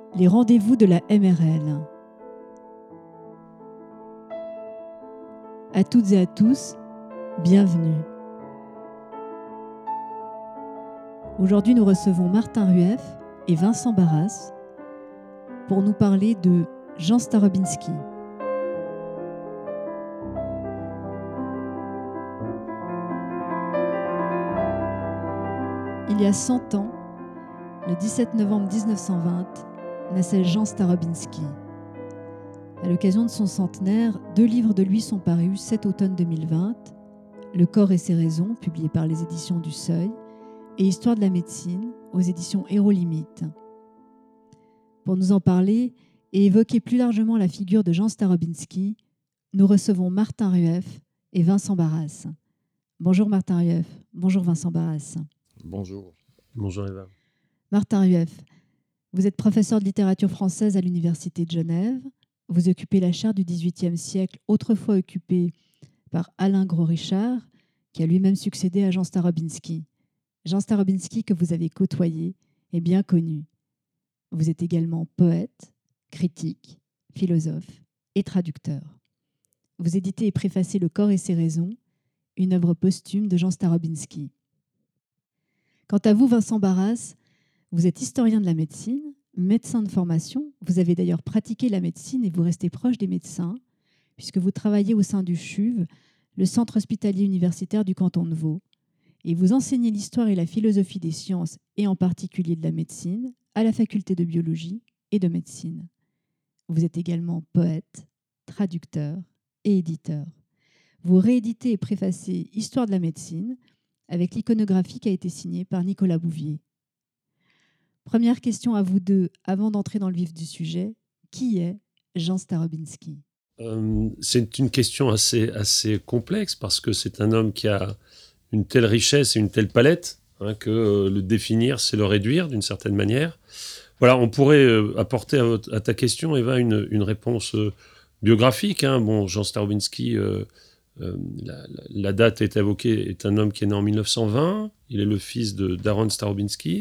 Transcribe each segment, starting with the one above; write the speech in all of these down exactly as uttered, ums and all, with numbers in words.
Les rendez-vous de la M R L. À toutes et à tous, bienvenue. Aujourd'hui, nous recevons Martin Rueff et Vincent Barras pour nous parler de Jean Starobinski. Il y a cent ans, le dix-sept novembre dix-neuf cent vingt, naissait Jean Starobinski. À l'occasion de son centenaire, deux livres de lui sont parus cet automne deux mille vingt, Le corps et ses raisons, publié par les éditions du Seuil, et Histoire de la médecine, aux éditions Héros-Limites. Pour nous en parler et évoquer plus largement la figure de Jean Starobinski, nous recevons Martin Rueff et Vincent Barras. Bonjour Martin Rueff, bonjour Vincent Barras. Bonjour. Bonjour Eva. Martin Rueff, vous êtes professeur de littérature française à l'Université de Genève. Vous occupez la chaire du dix-huitième siècle, autrefois occupée par Alain Gros-Richard, qui a lui-même succédé à Jean Starobinski. Jean Starobinski, que vous avez côtoyé, est bien connu. Vous êtes également poète, critique, philosophe et traducteur. Vous éditez et préfacez Le corps et ses raisons, une œuvre posthume de Jean Starobinski. Quant à vous, Vincent Barras, vous êtes historien de la médecine, médecin de formation. Vous avez d'ailleurs pratiqué la médecine et vous restez proche des médecins, puisque vous travaillez au sein du CHUV, le Centre hospitalier universitaire du canton de Vaud, et vous enseignez l'histoire et la philosophie des sciences, et en particulier de la médecine, à la faculté de biologie et de médecine. Vous êtes également poète, traducteur et éditeur. Vous rééditez et préfacez Histoire de la médecine, avec l'iconographie qui a été signée par Nicolas Bouvier. Première question à vous deux, avant d'entrer dans le vif du sujet. Qui est Jean Starobinski ? euh, C'est une question assez, assez complexe parce que c'est un homme qui a une telle richesse et une telle palette hein, que euh, le définir, c'est le réduire d'une certaine manière. Voilà, on pourrait euh, apporter à, votre, à ta question, Eva, une, une réponse euh, biographique. Hein. Bon, Jean Starobinski, euh, euh, la, la, la date est évoquée, est un homme qui est né en mille neuf cent vingt. Il est le fils de d'Aaron Starobinski,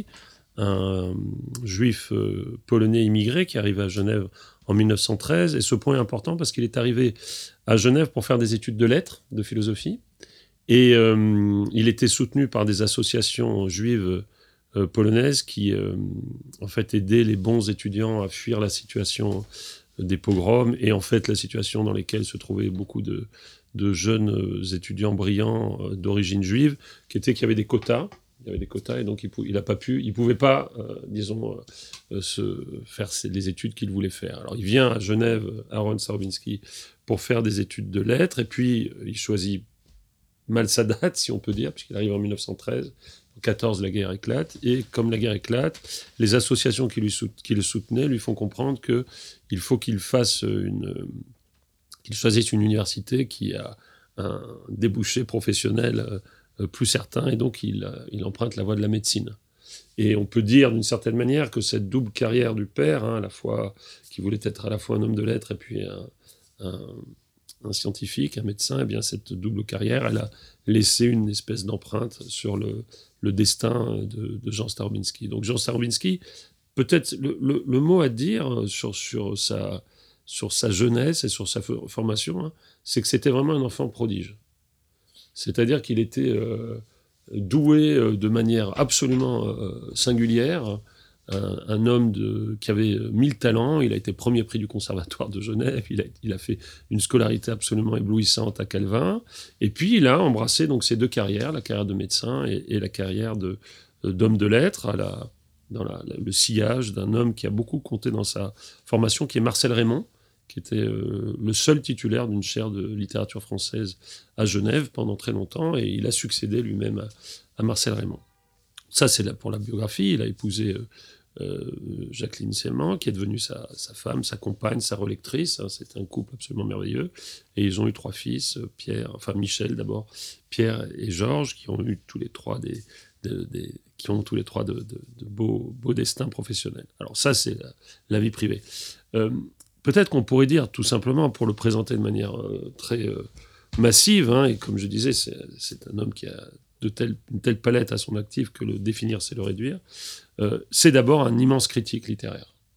un juif euh, polonais immigré qui arrive à Genève en mille neuf cent treize. Et ce point est important parce qu'il est arrivé à Genève pour faire des études de lettres, de philosophie. Et euh, il était soutenu par des associations juives euh, polonaises qui, euh, en fait, aidaient les bons étudiants à fuir la situation des pogroms et, en fait, la situation dans laquelle se trouvaient beaucoup de, de jeunes étudiants brillants euh, d'origine juive, qui était qu'il y avait des quotas. Il y avait des quotas et donc il pou- il a pas pu, il pouvait pas, euh, disons, euh, se faire ses- les études qu'il voulait faire. Alors il vient à Genève, Aaron Starobinski, pour faire des études de lettres et puis euh, il choisit mal sa date, si on peut dire, puisqu'il arrive en mille neuf cent treize. En quatorze, la guerre éclate et comme la guerre éclate, les associations qui, lui sout- qui le soutenaient lui font comprendre que il faut qu'il fasse une, euh, qu'il choisisse une université qui a un débouché professionnel euh, plus certain, et donc il, il emprunte la voie de la médecine. Et on peut dire d'une certaine manière que cette double carrière du père, hein, à la fois, qui voulait être à la fois un homme de lettres et puis un, un, un scientifique, un médecin, et bien cette double carrière, elle a laissé une espèce d'empreinte sur le, le destin de, de Jean Starobinski. Donc Jean Starobinski, peut-être le, le, le mot à dire sur, sur, sa, sur sa jeunesse et sur sa formation, hein, c'est que c'était vraiment un enfant prodige. C'est-à-dire qu'il était euh, doué euh, de manière absolument euh, singulière, un, un homme de, qui avait mille talents. Il a été premier prix du Conservatoire de Genève, il a, il a fait une scolarité absolument éblouissante à Calvin, et puis il a embrassé donc ces deux carrières, la carrière de médecin et, et la carrière de, d'homme de lettres, à la, dans la, la, le sillage d'un homme qui a beaucoup compté dans sa formation, qui est Marcel Raymond, qui était euh, le seul titulaire d'une chaire de littérature française à Genève pendant très longtemps, et il a succédé lui-même à, à Marcel Raymond. Ça, c'est là pour la biographie. Il a épousé euh, euh, Jacqueline Sément, qui est devenue sa, sa femme, sa compagne, sa relectrice. Hein, c'était un couple absolument merveilleux. Et ils ont eu trois fils, Pierre, enfin Michel d'abord, Pierre et Georges, qui ont eu tous les trois des, de, des qui ont tous les trois de, de, de beaux, beaux destins professionnels. Alors ça, c'est la, la vie privée. Euh, Peut-être qu'on pourrait dire, tout simplement, pour le présenter de manière euh, très euh, massive, hein, et comme je disais, c'est, c'est un homme qui a de telle, une telle palette à son actif que le définir, c'est le réduire, euh, c'est d'abord un immense critique littéraire.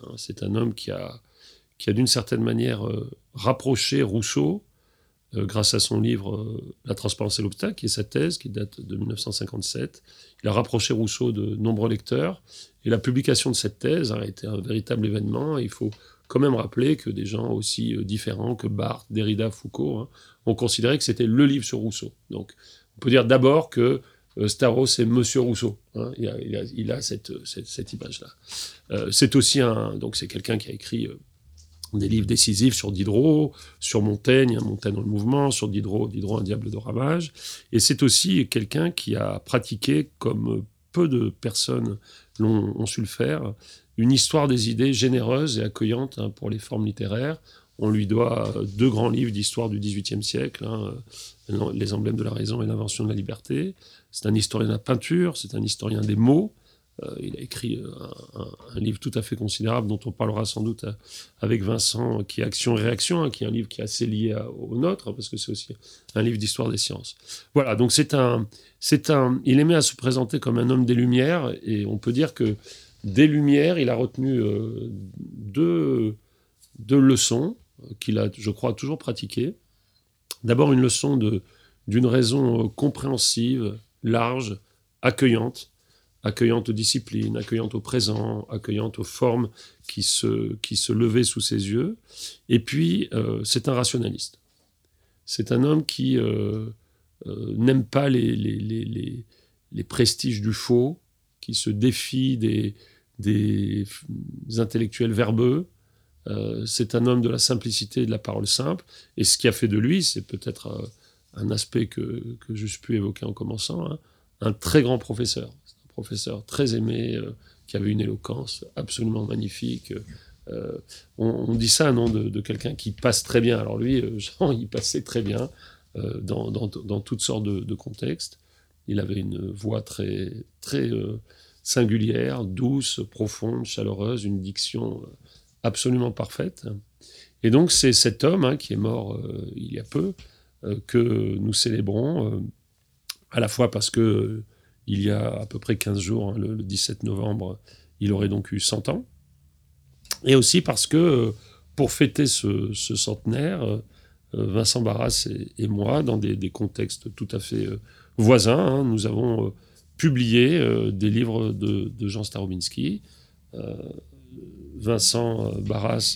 Hein. C'est un homme qui a, qui a d'une certaine manière euh, rapproché Rousseau euh, grâce à son livre euh, La transparence et l'obstacle, qui est sa thèse, qui date de mille neuf cent cinquante-sept. Il a rapproché Rousseau de nombreux lecteurs. Et la publication de cette thèse a été un véritable événement. Et il faut quand même rappeler que des gens aussi euh, différents que Barthes, Derrida, Foucault hein, ont considéré que c'était le livre sur Rousseau. Donc, on peut dire d'abord que euh, Starros, c'est Monsieur Rousseau. Hein, il a, il a, il a cette, cette, cette image-là. Euh, c'est aussi un... Donc, c'est quelqu'un qui a écrit euh, des livres décisifs sur Diderot, sur Montaigne, hein, Montaigne dans le mouvement, sur Diderot, Diderot, un diable de ramage. Et c'est aussi quelqu'un qui a pratiqué, comme peu de personnes l'ont, ont su le faire, une histoire des idées généreuse et accueillante hein, pour les formes littéraires. On lui doit deux grands livres d'histoire du dix-huitième siècle, hein, Les emblèmes de la raison et l'invention de la liberté. C'est un historien de la peinture, c'est un historien des mots. Euh, il a écrit un, un, un livre tout à fait considérable dont on parlera sans doute à, avec Vincent, qui est Action et réaction, hein, qui est un livre qui est assez lié à, au nôtre, hein, parce que c'est aussi un livre d'histoire des sciences. Voilà, donc c'est un, c'est un, il aimait à se présenter comme un homme des Lumières, et on peut dire que des Lumières, il a retenu euh, deux, deux leçons qu'il a, je crois, toujours pratiquées. D'abord, une leçon de, d'une raison compréhensive, large, accueillante, accueillante aux disciplines, accueillante au présent, accueillante aux formes qui se, qui se levaient sous ses yeux. Et puis, euh, c'est un rationaliste. C'est un homme qui euh, euh, n'aime pas les, les, les, les, les prestiges du faux, qui se défie des, des intellectuels verbeux. Euh, c'est un homme de la simplicité et de la parole simple. Et ce qui a fait de lui, c'est peut-être euh, un aspect que, que j'eusse pu évoquer en commençant, hein, un très grand professeur. Professeur très aimé, euh, qui avait une éloquence absolument magnifique. Euh, on, on dit ça, non, de, de quelqu'un qui passe très bien. Alors lui, euh, Jean, il passait très bien euh, dans, dans, dans toutes sortes de, de contextes. Il avait une voix très, très euh, singulière, douce, profonde, chaleureuse, une diction absolument parfaite. Et donc c'est cet homme hein, qui est mort euh, il y a peu, euh, que nous célébrons, euh, à la fois parce que il y a à peu près quinze jours, hein, le, le dix-sept novembre, il aurait donc eu cent ans. Et aussi parce que, pour fêter ce, ce centenaire, euh, Vincent Barras et, et moi, dans des, des contextes tout à fait euh, voisins, hein, nous avons euh, publié euh, des livres de, de Jean Starobinski. Euh, Vincent Barras,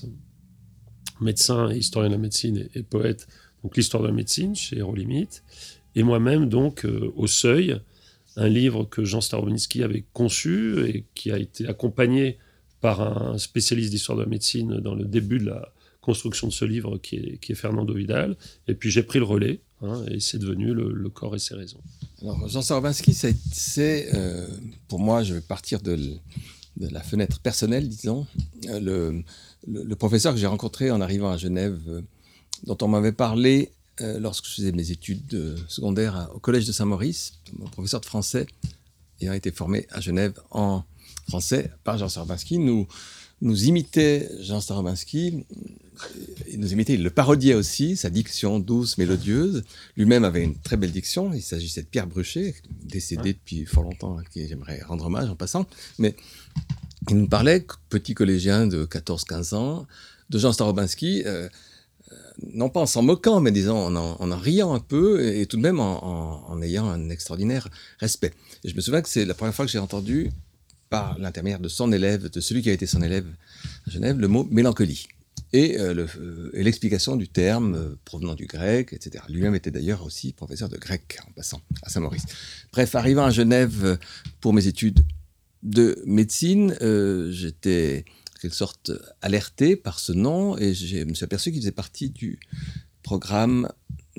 médecin et historien de la médecine et, et poète, donc l'histoire de la médecine chez Hérolimite, et moi-même donc euh, au Seuil, un livre que Jean Starobinski avait conçu et qui a été accompagné par un spécialiste d'histoire de la médecine dans le début de la construction de ce livre, qui est, qui est Fernando Vidal. Et puis j'ai pris le relais, hein, et c'est devenu le, le corps et ses raisons. Alors Jean Starobinski, c'est, c'est euh, pour moi, je vais partir de, de la fenêtre personnelle, disons, euh, le, le, le professeur que j'ai rencontré en arrivant à Genève, euh, dont on m'avait parlé Euh, lorsque je faisais mes études euh, secondaires à, au collège de Saint-Maurice, mon professeur de français ayant été formé à Genève en français par Jean Starobinski, nous, nous imitait Jean Starobinski, il nous imitait, il le parodiait aussi, sa diction douce, mélodieuse. Lui-même avait une très belle diction, il s'agissait de Pierre Bruchet, décédé depuis fort longtemps, à qui j'aimerais rendre hommage en passant, mais il nous parlait, petit collégien de quatorze quinze ans, de Jean Starobinski, euh, non pas en s'en moquant, mais disons en en, en en riant un peu, et, et tout de même en, en, en ayant un extraordinaire respect. Et je me souviens que c'est la première fois que j'ai entendu, par l'intermédiaire de son élève, de celui qui a été son élève à Genève, le mot mélancolie. Et, euh, le, euh, et l'explication du terme euh, provenant du grec, et cetera. Lui-même était d'ailleurs aussi professeur de grec, en passant, à Saint-Maurice. Bref, arrivant à Genève pour mes études de médecine, euh, j'étais en quelque sorte alerté par ce nom, et je me suis aperçu qu'il faisait partie du programme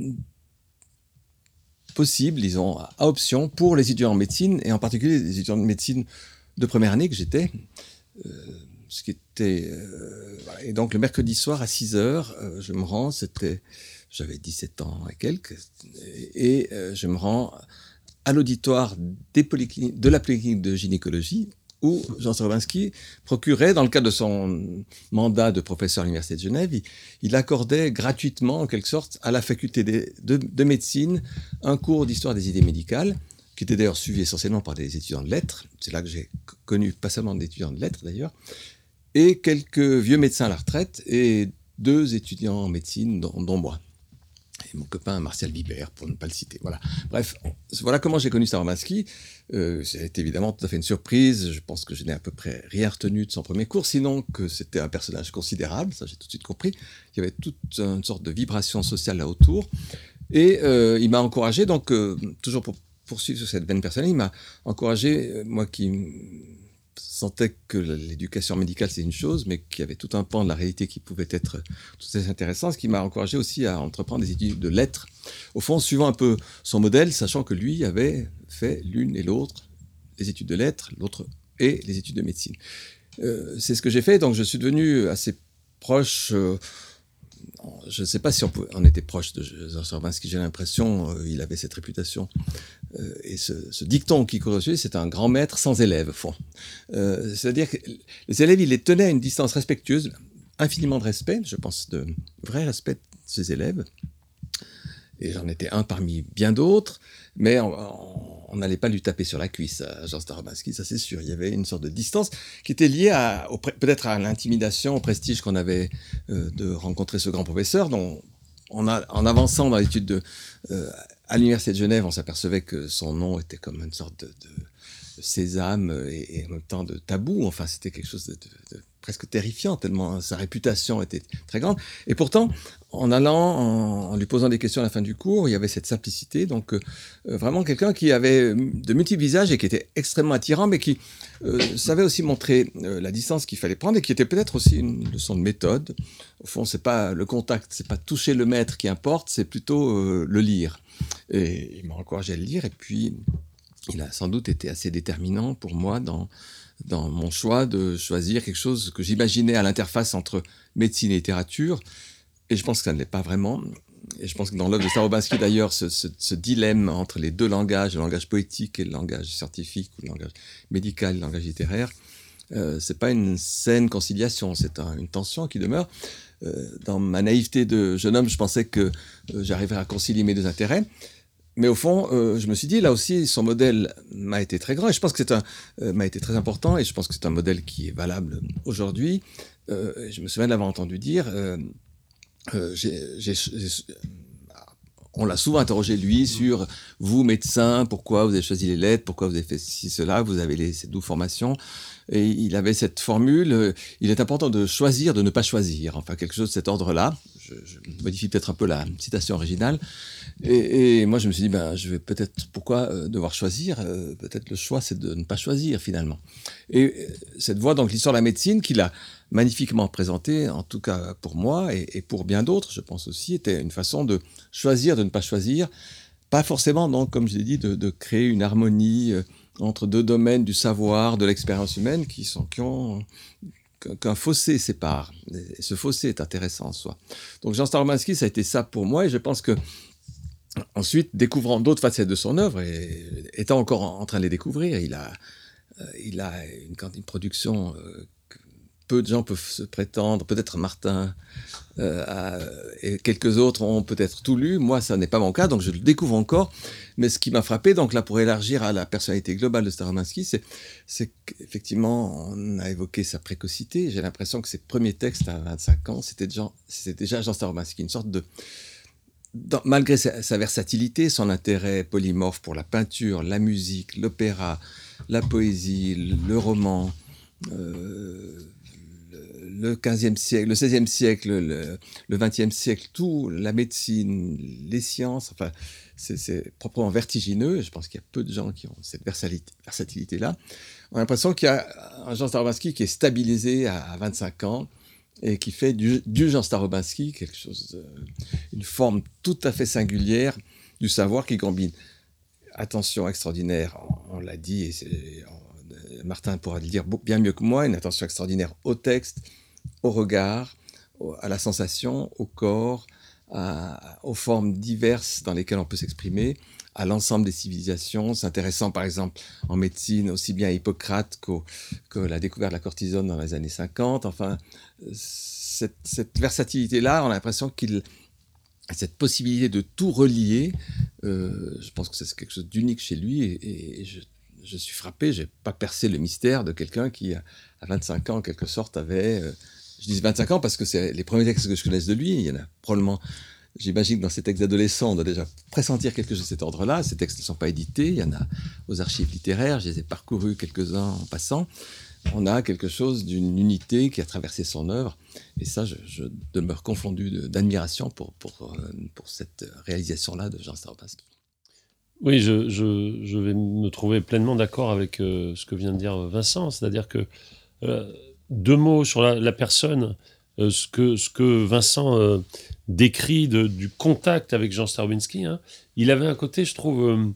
possible, disons, à option pour les étudiants en médecine, et en particulier les étudiants de médecine de première année que j'étais, euh, ce qui était... Euh, voilà. Et donc le mercredi soir à six heures, euh, je me rends, c'était... J'avais dix-sept ans et quelques, et, et euh, je me rends à l'auditoire des polycliniques, de la polyclinique de gynécologie, où Jean Starobinski procurait, dans le cadre de son mandat de professeur à l'Université de Genève, il, il accordait gratuitement, en quelque sorte, à la faculté de, de, de médecine, un cours d'histoire des idées médicales, qui était d'ailleurs suivi essentiellement par des étudiants de lettres. C'est là que j'ai connu pas seulement des étudiants de lettres, d'ailleurs. et quelques vieux médecins à la retraite et deux étudiants en médecine, dont, dont moi. Et mon copain Martial Bibert, pour ne pas le citer. Voilà. Bref, voilà comment j'ai connu Starobinsky. Euh, ça a été évidemment tout à fait une surprise. Je pense que je n'ai à peu près rien retenu de son premier cours, sinon que c'était un personnage considérable. Ça, j'ai tout de suite compris. Il y avait toute une sorte de vibration sociale là autour. Et euh, il m'a encouragé, donc, euh, toujours pour poursuivre sur cette veine personnelle, il m'a encouragé, euh, moi qui sentais que l'éducation médicale c'est une chose, mais qu'il y avait tout un pan de la réalité qui pouvait être tout à fait intéressant, ce qui m'a encouragé aussi à entreprendre des études de lettres, au fond suivant un peu son modèle, sachant que lui avait fait l'une et l'autre, les études de lettres, l'autre et les études de médecine. Euh, c'est ce que j'ai fait, donc je suis devenu assez proche, euh, je ne sais pas si on, pouvait, on était proche de Jean Starobinsky, j'ai l'impression, euh, il avait cette réputation. Euh, et ce, ce dicton qui correspond, c'est un grand maître sans élèves, au fond. Euh, c'est-à-dire que les élèves, il les tenait à une distance respectueuse, infiniment de respect, je pense de vrai respect de ses élèves. Et j'en étais un parmi bien d'autres, mais on n'allait pas lui taper sur la cuisse à Jean Starobinsky, ça c'est sûr. Il y avait une sorte de distance qui était liée à, au, peut-être à l'intimidation, au prestige qu'on avait euh, de rencontrer ce grand professeur, dont on a, en avançant dans l'étude de... Euh, à l'Université de Genève, on s'apercevait que son nom était comme une sorte de, de, de sésame et, et en même temps de tabou. Enfin, c'était quelque chose de, de, de presque terrifiant, tellement sa réputation était très grande. Et pourtant, en allant, en, en lui posant des questions à la fin du cours, il y avait cette simplicité. Donc, euh, vraiment quelqu'un qui avait de multiples visages et qui était extrêmement attirant, mais qui euh, savait aussi montrer euh, la distance qu'il fallait prendre et qui était peut-être aussi une leçon de méthode. Au fond, c'est pas le contact, c'est pas toucher le maître qui importe, c'est plutôt euh, le lire. Et il m'a encouragé à le lire, et puis il a sans doute été assez déterminant pour moi dans, dans mon choix de choisir quelque chose que j'imaginais à l'interface entre médecine et littérature, et je pense que ça ne l'est pas vraiment. Et je pense que dans l'œuvre de Starobinsky, d'ailleurs, ce, ce, ce dilemme entre les deux langages, le langage poétique et le langage scientifique, ou le langage médical, le langage littéraire, euh, c'est pas une saine conciliation, c'est un, une tension qui demeure. Euh, dans ma naïveté de jeune homme, je pensais que euh, j'arriverais à concilier mes deux intérêts. Mais au fond, euh, je me suis dit, là aussi, son modèle m'a été très grand. Et je pense que c'est un, euh, m'a été très important. Et je pense que c'est un modèle qui est valable aujourd'hui. Euh, je me souviens de l'avoir entendu dire. Euh, euh, j'ai, j'ai, j'ai, on l'a souvent interrogé, lui, sur vous, médecin, pourquoi vous avez choisi les lettres, pourquoi vous avez fait ci, cela, vous avez les, ces douze formations. Et il avait cette formule, euh, il est important de choisir, de ne pas choisir. Enfin, quelque chose de cet ordre-là. Je, je modifie peut-être un peu la citation originale. Et, et moi, je me suis dit, ben, je vais peut-être, pourquoi euh, devoir choisir euh, peut-être le choix, c'est de ne pas choisir, finalement. Et euh, cette voie, donc, l'histoire de la médecine, qu'il a magnifiquement présentée, en tout cas pour moi, et, et pour bien d'autres, je pense aussi, était une façon de choisir, de ne pas choisir. Pas forcément, donc, comme je l'ai dit, de, de créer une harmonie euh, entre deux domaines du savoir, de l'expérience humaine, qui sont, qui ont, qu'un fossé sépare. Et ce fossé est intéressant en soi. Donc, Jean Starobinsky, ça a été ça pour moi, et je pense que ensuite, découvrant d'autres facettes de son œuvre, et étant encore en, en train de les découvrir, il a, euh, il a une, une production euh, que peu de gens peuvent se prétendre, peut-être Martin euh, a, et quelques autres ont peut-être tout lu. Moi, ça n'est pas mon cas, donc je le découvre encore. Mais ce qui m'a frappé, donc là, pour élargir à la personnalité globale de Starobinsky, c'est, c'est qu'effectivement, on a évoqué sa précocité. J'ai l'impression que ses premiers textes à vingt-cinq ans, c'était déjà, c'était déjà Jean Starobinsky, une sorte de... Dans, malgré sa, sa versatilité, son intérêt polymorphe pour la peinture, la musique, l'opéra, la poésie, le, le roman, euh, le, le quinzième siècle, le seizième siècle, le, le vingtième siècle, tout, la médecine, les sciences, enfin, c'est, c'est proprement vertigineux. Je pense qu'il y a peu de gens qui ont cette versatilité, versatilité-là. On a l'impression qu'il y a un Jean Starobinsky qui est stabilisé à, à vingt-cinq ans, et qui fait du, du Jean Starobinsky quelque chose, de, une forme tout à fait singulière du savoir qui combine attention extraordinaire, on, on l'a dit, et c'est, on, Martin pourra le dire bien mieux que moi, une attention extraordinaire au texte, au regard, au, à la sensation, au corps, à, aux formes diverses dans lesquelles on peut s'exprimer, à l'ensemble des civilisations, s'intéressant par exemple en médecine aussi bien à Hippocrate qu'au, que la découverte de la cortisone dans les années cinquante. Enfin, cette, cette versatilité-là, on a l'impression qu'il, cette possibilité de tout relier, euh, je pense que c'est quelque chose d'unique chez lui, et, et je, je suis frappé, je n'ai pas percé le mystère de quelqu'un qui, à vingt-cinq ans, en quelque sorte, avait... Euh, je dis vingt-cinq ans parce que c'est les premiers textes que je connaisse de lui. Il y en a probablement... J'imagine que dans ces textes adolescents, on doit déjà pressentir quelque chose de cet ordre-là. Ces textes ne sont pas édités. Il y en a aux archives littéraires. Je les ai parcourus quelques-uns en passant. On a quelque chose d'une unité qui a traversé son œuvre. Et ça, je, je demeure confondu de, d'admiration pour, pour, pour cette réalisation-là de Jean Starobinsky. Oui, je, je, je vais me trouver pleinement d'accord avec euh, ce que vient de dire Vincent. C'est-à-dire que euh, deux mots sur la, la personne, euh, ce, que, ce que Vincent euh, décrit de, du contact avec Jean Starobinsky, hein, il avait un côté, je trouve, euh,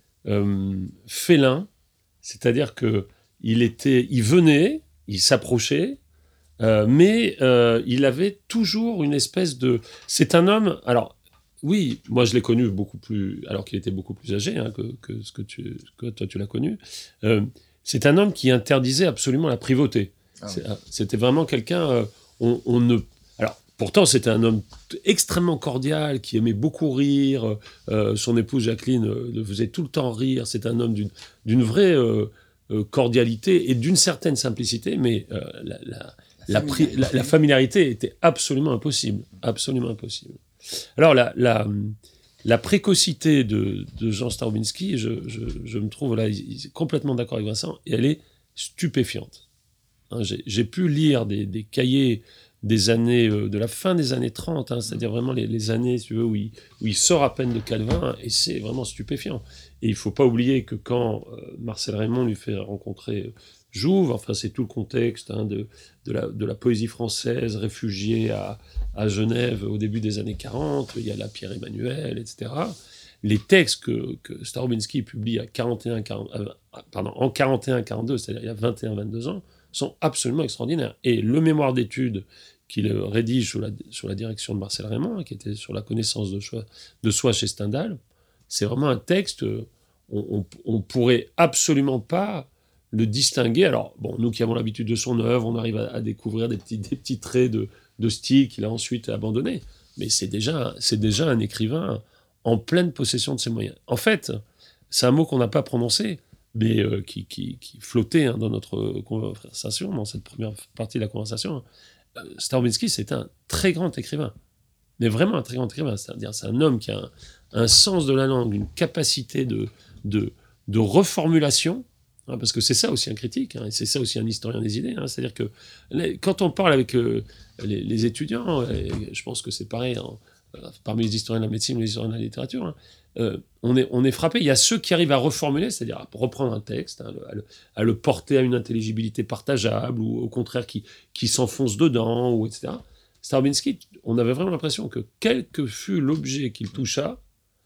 euh, félin. C'est-à-dire que il était, il venait, il s'approchait, euh, mais euh, il avait toujours une espèce de... C'est un homme... Alors, oui, moi je l'ai connu beaucoup plus... Alors qu'il était beaucoup plus âgé hein, que, que ce que, tu, que toi tu l'as connu. Euh, c'est un homme qui interdisait absolument la privauté. Ah oui. C'était vraiment quelqu'un... Euh, on, on ne... Alors, pourtant, c'était un homme extrêmement cordial, qui aimait beaucoup rire. Euh, son épouse Jacqueline euh, le faisait tout le temps rire. C'est un homme d'une, d'une vraie... Euh, Euh, cordialité et d'une certaine simplicité, mais euh, la, la, la, familiarité. La, la familiarité était absolument impossible. Absolument impossible. Alors, la, la, la précocité de, de Jean Starobinsky, je, je, je me trouve là il est complètement d'accord avec Vincent, et elle est stupéfiante. Hein, j'ai, j'ai pu lire des, des cahiers des années, euh, de la fin des années trente, hein, c'est-à-dire vraiment les, les années si tu veux, où, il, où il sort à peine de Calvin, et c'est vraiment stupéfiant. Et il ne faut pas oublier que quand euh, Marcel Raymond lui fait rencontrer euh, Jouve, enfin c'est tout le contexte hein, de, de, la, de la poésie française réfugiée à, à Genève au début des années quarante, il y a la Pierre Emmanuel, et cetera. Les textes que, que Starobinsky publie à quarante et un, quarante, euh, pardon, en quarante et un quarante-deux, c'est-à-dire il y a vingt et un vingt-deux ans, sont absolument extraordinaires. Et le mémoire d'études qu'il rédige sous la, sous la direction de Marcel Raymond, hein, qui était sur la connaissance de soi, de soi chez Stendhal, c'est vraiment un texte, on ne pourrait absolument pas le distinguer. Alors, bon, nous qui avons l'habitude de son œuvre, on arrive à, à découvrir des petits, des petits traits de, de style qu'il a ensuite abandonné. Mais c'est déjà, c'est déjà un écrivain en pleine possession de ses moyens. En fait, c'est un mot qu'on n'a pas prononcé, mais euh, qui, qui, qui flottait hein, dans notre conversation, dans cette première partie de la conversation. Euh, Starobinsky, c'est un très grand écrivain. Mais vraiment un très grand écrivain. C'est-à-dire, c'est un homme qui a un, un sens de la langue, une capacité de, de, de reformulation, hein, parce que c'est ça aussi un critique, hein, et c'est ça aussi un historien des idées. Hein, c'est-à-dire que les, quand on parle avec euh, les, les étudiants, et je pense que c'est pareil, hein, parmi les historiens de la médecine ou les historiens de la littérature, hein, euh, on, est, on est frappé. Il y a ceux qui arrivent à reformuler, c'est-à-dire à reprendre un texte, hein, à, le, à le porter à une intelligibilité partageable, ou au contraire qui, qui s'enfonce dedans, ou et cetera. Starobinsky, on avait vraiment l'impression que quel que fût l'objet qu'il toucha,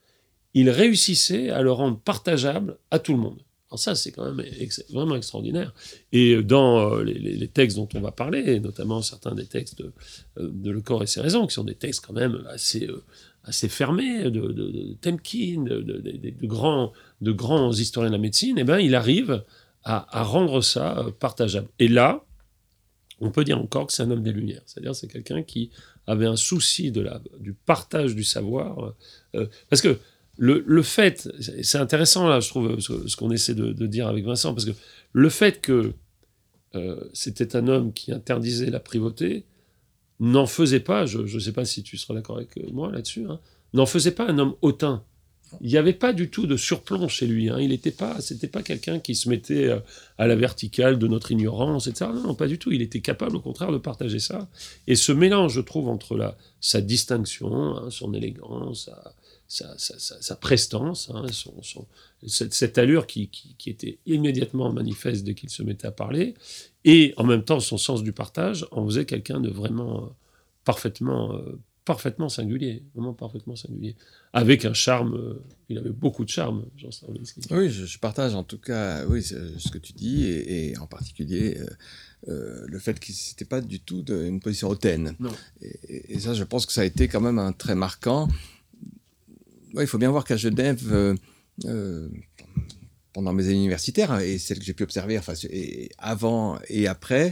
il réussissait à le rendre partageable à tout le monde. Alors ça, c'est quand même ex- vraiment extraordinaire. Et dans euh, les, les textes dont on va parler, notamment certains des textes de, de Le Corps et ses raisons, qui sont des textes quand même assez, euh, assez fermés, de, de, de Temkin, de, de, de, de, grands, de grands historiens de la médecine, eh ben, il arrive à, à rendre ça partageable. Et là, on peut dire encore que c'est un homme des Lumières. C'est-à-dire c'est quelqu'un qui avait un souci de la, du partage du savoir. Euh, parce que le, le fait, c'est intéressant là, je trouve, ce, ce qu'on essaie de, de dire avec Vincent, parce que le fait que euh, c'était un homme qui interdisait la privauté n'en faisait pas, je ne sais pas si tu seras d'accord avec moi là-dessus, hein, n'en faisait pas un homme hautain. Il n'y avait pas du tout de surplomb chez lui. Hein. Il n'était pas, c'était pas quelqu'un qui se mettait à la verticale de notre ignorance, et cetera. Non, non, pas du tout. Il était capable, au contraire, de partager ça. Et ce mélange, je trouve, entre la, sa distinction, hein, son élégance, sa, sa, sa, sa, sa prestance, hein, son, son, cette, cette allure qui, qui, qui était immédiatement manifeste dès qu'il se mettait à parler, et en même temps son sens du partage, en faisait quelqu'un de vraiment euh, parfaitement... Euh, parfaitement singulier, vraiment parfaitement singulier, avec un charme, euh, il avait beaucoup de charme, Jean Starobinsky. Oui, je, je partage en tout cas oui, ce que tu dis, et, et en particulier euh, euh, le fait que c'était pas du tout de, une position hautaine. Non. Et, et ça, je pense que ça a été quand même un trait marquant. Ouais, il faut bien voir qu'à Genève, euh, euh, pendant mes années universitaires, et celles que j'ai pu observer, enfin, et avant et après,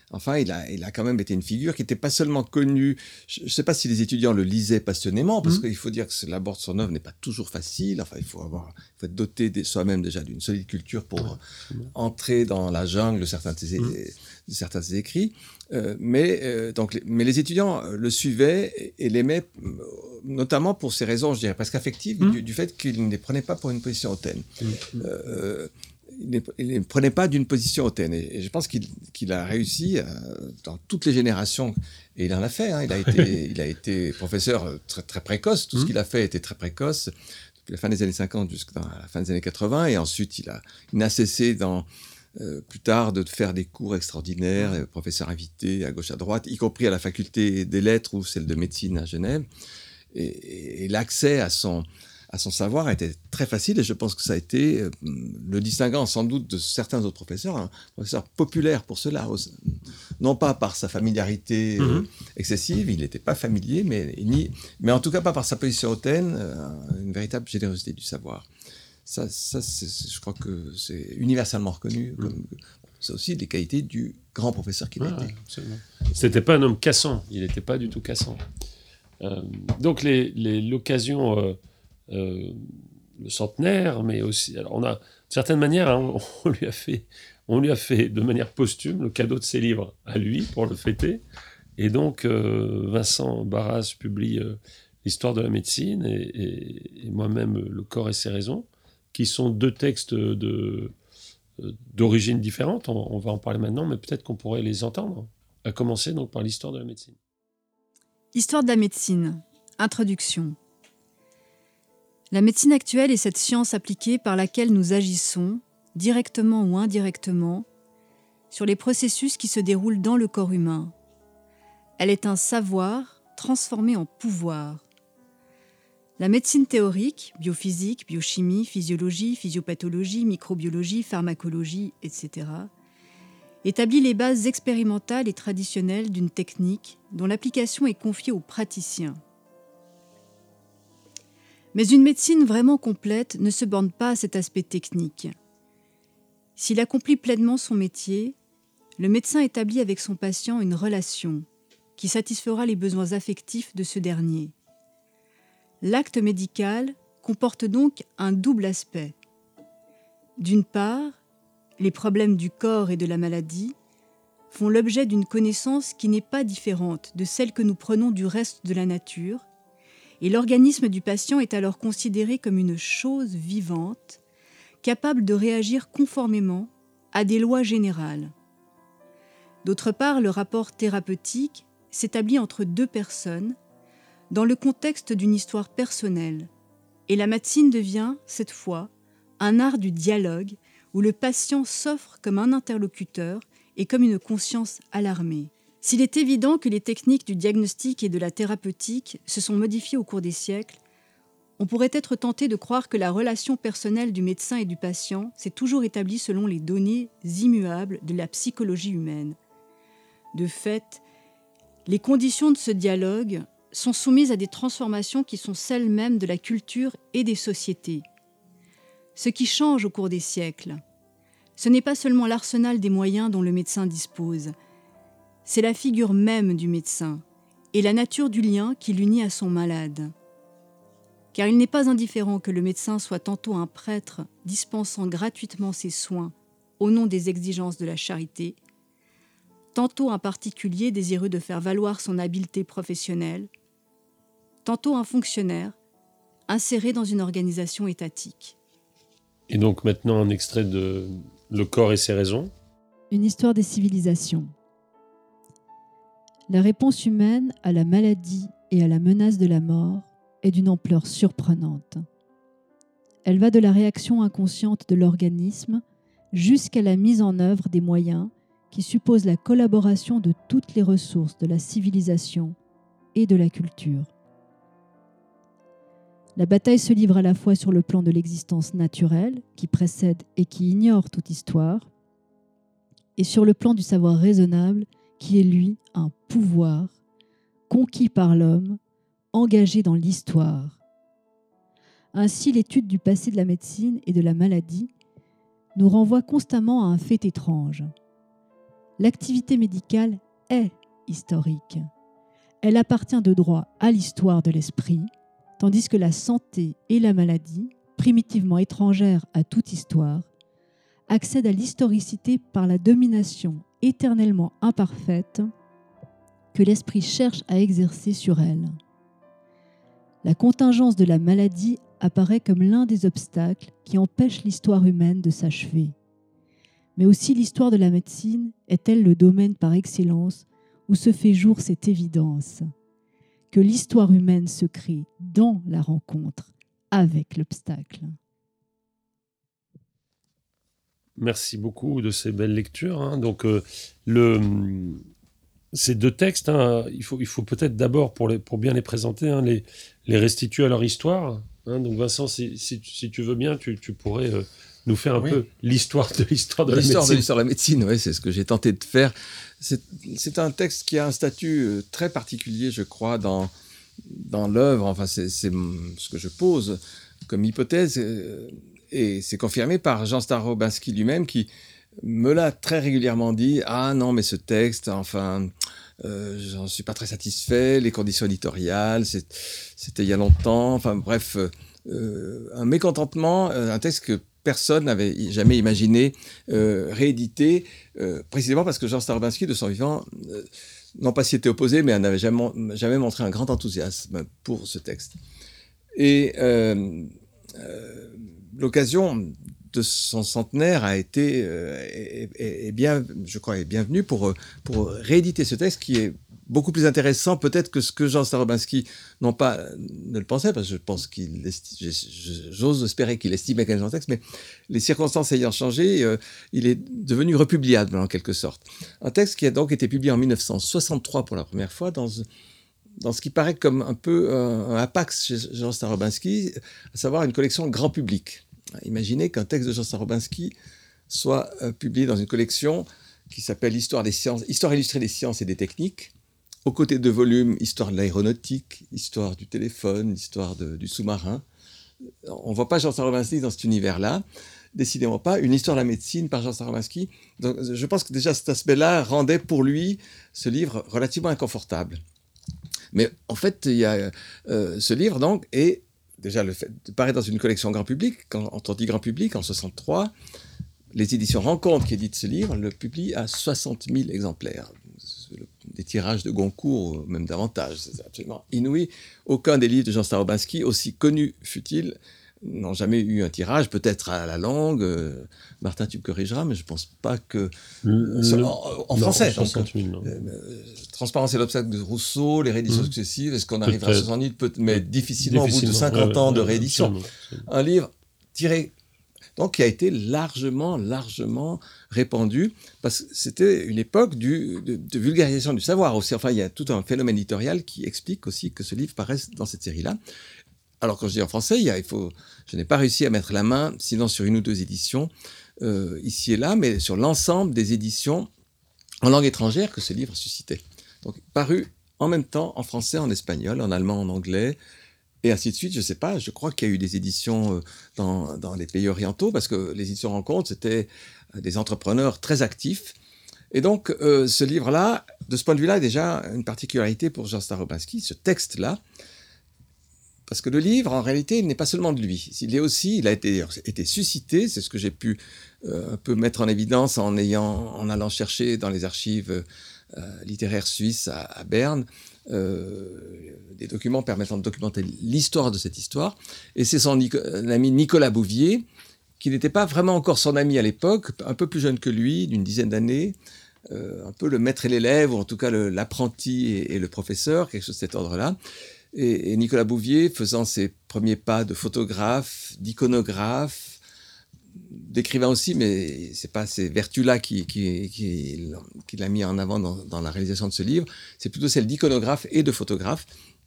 enfin, il a, il a quand même été une figure qui n'était pas seulement connue. Je ne sais pas si les étudiants le lisaient passionnément, parce mmh. qu'il faut dire que l'abord de son œuvre n'est pas toujours facile. Enfin, il faut, avoir, il faut être doté de soi-même déjà d'une solide culture pour ouais. entrer dans la jungle de certains de ses, mmh. de certains de ses écrits. Euh, mais, euh, donc, les, mais les étudiants le suivaient et, et l'aimaient, notamment pour ces raisons, je dirais, presque affectives, mmh. du, du fait qu'il ne les prenait pas pour une position hautaine. Mmh. Euh, il ne prenait pas d'une position hautaine. Et, et je pense qu'il, qu'il a réussi euh, dans toutes les générations. Et il en a fait. Hein, il, a été, il a été professeur très, très précoce. Tout mmh. ce qu'il a fait était très précoce, depuis la fin des années cinquante jusqu'à la fin des années quatre-vingts. Et ensuite, il, a, il n'a cessé dans... Euh, plus tard, de faire des cours extraordinaires, euh, professeur invité à gauche à droite, y compris à la faculté des lettres ou celle de médecine à Genève. Et, et, et l'accès à son, à son savoir était très facile, et je pense que ça a été euh, le distinguant sans doute de certains autres professeurs, un professeur populaire pour cela, non pas par sa familiarité euh, mm-hmm. excessive, il n'était pas familier, mais, ni, mais en tout cas pas par sa position hautaine, euh, une véritable générosité du savoir. Ça, ça c'est, c'est, je crois que c'est universellement reconnu. Comme, mmh. C'est aussi des qualités du grand professeur qu'il a ah, été. Absolument. C'était pas un homme cassant. Il n'était pas du tout cassant. Euh, donc les, les, l'occasion, euh, euh, le centenaire, mais aussi, alors on a, de certaine manière, hein, on, on lui a fait, on lui a fait de manière posthume le cadeau de ses livres à lui pour le fêter. Et donc euh, Vincent Barras publie euh, l'histoire de la médecine et, et, et moi-même Le corps et ses raisons, qui sont deux textes de, d'origine différente. On, on va en parler maintenant, mais peut-être qu'on pourrait les entendre, à commencer donc par l'histoire de la médecine. Histoire de la médecine. Introduction. La médecine actuelle est cette science appliquée par laquelle nous agissons, directement ou indirectement, sur les processus qui se déroulent dans le corps humain. Elle est un savoir transformé en pouvoir. La médecine théorique, biophysique, biochimie, physiologie, physiopathologie, microbiologie, pharmacologie, et cetera, établit les bases expérimentales et traditionnelles d'une technique dont l'application est confiée aux praticiens. Mais une médecine vraiment complète ne se borne pas à cet aspect technique. S'il accomplit pleinement son métier, le médecin établit avec son patient une relation qui satisfera les besoins affectifs de ce dernier. L'acte médical comporte donc un double aspect. D'une part, les problèmes du corps et de la maladie font l'objet d'une connaissance qui n'est pas différente de celle que nous prenons du reste de la nature, et l'organisme du patient est alors considéré comme une chose vivante, capable de réagir conformément à des lois générales. D'autre part, le rapport thérapeutique s'établit entre deux personnes, dans le contexte d'une histoire personnelle, et la médecine devient, cette fois, un art du dialogue où le patient s'offre comme un interlocuteur et comme une conscience alarmée. S'il est évident que les techniques du diagnostic et de la thérapeutique se sont modifiées au cours des siècles, on pourrait être tenté de croire que la relation personnelle du médecin et du patient s'est toujours établie selon les données immuables de la psychologie humaine. De fait, les conditions de ce dialogue sont soumises à des transformations qui sont celles mêmes de la culture et des sociétés. Ce qui change au cours des siècles, ce n'est pas seulement l'arsenal des moyens dont le médecin dispose, c'est la figure même du médecin et la nature du lien qui l'unit à son malade. Car il n'est pas indifférent que le médecin soit tantôt un prêtre dispensant gratuitement ses soins au nom des exigences de la charité, tantôt un particulier désireux de faire valoir son habileté professionnelle, tantôt un fonctionnaire inséré dans une organisation étatique. Et donc maintenant un extrait de Le corps et ses raisons. Une histoire des civilisations. La réponse humaine à la maladie et à la menace de la mort est d'une ampleur surprenante. Elle va de la réaction inconsciente de l'organisme jusqu'à la mise en œuvre des moyens qui supposent la collaboration de toutes les ressources de la civilisation et de la culture. La bataille se livre à la fois sur le plan de l'existence naturelle, qui précède et qui ignore toute histoire, et sur le plan du savoir raisonnable, qui est lui un pouvoir, conquis par l'homme, engagé dans l'histoire. Ainsi, l'étude du passé de la médecine et de la maladie nous renvoie constamment à un fait étrange. l'activité médicale est historique. Elle appartient de droit à l'histoire de l'esprit, tandis que la santé et la maladie, primitivement étrangères à toute histoire, accèdent à l'historicité par la domination éternellement imparfaite que l'esprit cherche à exercer sur elle. La contingence de la maladie apparaît comme l'un des obstacles qui empêchent l'histoire humaine de s'achever. Mais aussi l'histoire de la médecine est-elle le domaine par excellence où se fait jour cette évidence que l'histoire humaine se crée dans la rencontre avec l'obstacle. Merci beaucoup de ces belles lectures. Hein. Donc, euh, le, ces deux textes, hein, il faut, il faut peut-être d'abord, pour, les, pour bien les présenter, hein, les, les restituer à leur histoire. Hein. Donc, Vincent, si, si, si tu veux bien, tu, tu pourrais euh, nous faire un oui. peu l'histoire de l'histoire de la l'histoire médecine. de l'histoire de la médecine, oui, c'est ce que j'ai tenté de faire. C'est, c'est un texte qui a un statut très particulier, je crois, dans, dans l'œuvre. Enfin, c'est, c'est ce que je pose comme hypothèse. Et c'est confirmé par Jean Starobinski lui-même qui me l'a très régulièrement dit. Ah non, mais ce texte, enfin, euh, j'en suis pas très satisfait. Les conditions éditoriales, c'est, c'était il y a longtemps. Enfin bref, euh, un mécontentement, un texte que personne n'avait jamais imaginé euh, rééditer, euh, précisément parce que Jean Starobinski, de son vivant, euh, non pas s'y était opposé, mais n'avait jamais, jamais montré un grand enthousiasme pour ce texte. Et euh, euh, l'occasion de son centenaire a été, euh, est, est, est bien, je crois, est bienvenue pour, pour rééditer ce texte qui est beaucoup plus intéressant peut-être que ce que Jean Starobinski non pas ne le pensait, parce que je pense qu'il esti- j'ose espérer qu'il estimait quand même son texte, mais les circonstances ayant changé, euh, il est devenu republiable en quelque sorte. Un texte qui a donc été publié en dix-neuf cent soixante-trois pour la première fois dans dans ce qui paraît comme un peu un, un hapax chez Jean Starobinski, à savoir une collection grand public. Imaginez qu'un texte de Jean Starobinski soit euh, publié dans une collection qui s'appelle Histoire des sciences, Histoire illustrée des sciences et des techniques, aux côtés de deux volumes, Histoire de l'aéronautique, Histoire du téléphone, Histoire de, du sous-marin. On ne voit pas Jean Starobinski dans cet univers-là, décidément pas. Une histoire de la médecine par Jean Starobinski. Donc, je pense que déjà cet aspect-là rendait pour lui ce livre relativement inconfortable. Mais en fait, il y a euh, ce livre, donc, et déjà le fait de paraître dans une collection grand public, quand on dit grand public, en soixante-trois, les éditions Rencontre qui éditent ce livre le publient à soixante mille exemplaires. Des tirages de Goncourt, même davantage, c'est absolument inouï. Aucun des livres de Jean Starobinski, aussi connu fut-il, n'ont jamais eu un tirage, peut-être à la langue. Euh, Martin, tu me corrigeras, mais je ne pense pas que... Le, euh, en, en non, français. soixante mille, donc, euh, euh, Transparence et l'obstacle de Rousseau, les rééditions mmh. successives, est-ce qu'on arrivera à soixante mille, peut- mais difficilement, difficilement au bout de cinquante ouais, ans ouais, de réédition. Absolument, absolument. Un livre tiré... Donc, qui a été largement, largement répandu, parce que c'était une époque du, de, de vulgarisation du savoir aussi. Enfin, il y a tout un phénomène éditorial qui explique aussi que ce livre paraisse dans cette série-là. Alors, quand je dis en français, il, y a, il faut, je n'ai pas réussi à mettre la main, sinon sur une ou deux éditions, euh, ici et là, mais sur l'ensemble des éditions en langue étrangère que ce livre suscitait. Donc, paru en même temps en français, en espagnol, en allemand, en anglais, et ainsi de suite. Je ne sais pas, je crois qu'il y a eu des éditions dans, dans les pays orientaux, parce que les éditions Rencontre, c'était des entrepreneurs très actifs. Et donc, euh, ce livre-là, de ce point de vue-là, est déjà une particularité pour Jean Starobinski, ce texte-là, parce que le livre, en réalité, il n'est pas seulement de lui. Il est aussi, il a été, été suscité, c'est ce que j'ai pu euh, un peu mettre en évidence en, ayant, en allant chercher dans les archives euh, littéraires suisses à, à Berne, euh, des documents permettant de documenter l'histoire de cette histoire. Et c'est son Nico, ami Nicolas Bouvier, qui n'était pas vraiment encore son ami à l'époque, un peu plus jeune que lui, d'une dizaine d'années, euh, un peu le maître et l'élève, ou en tout cas le, l'apprenti et, et le professeur, quelque chose de cet ordre-là. Et, et Nicolas Bouvier, faisant ses premiers pas de photographe, d'iconographe, d'écrivain aussi, mais c'est pas ces vertus-là qui, qui, qui, qui l'a mis en avant dans, dans la réalisation de ce livre, c'est plutôt celle d'iconographe et de photographe,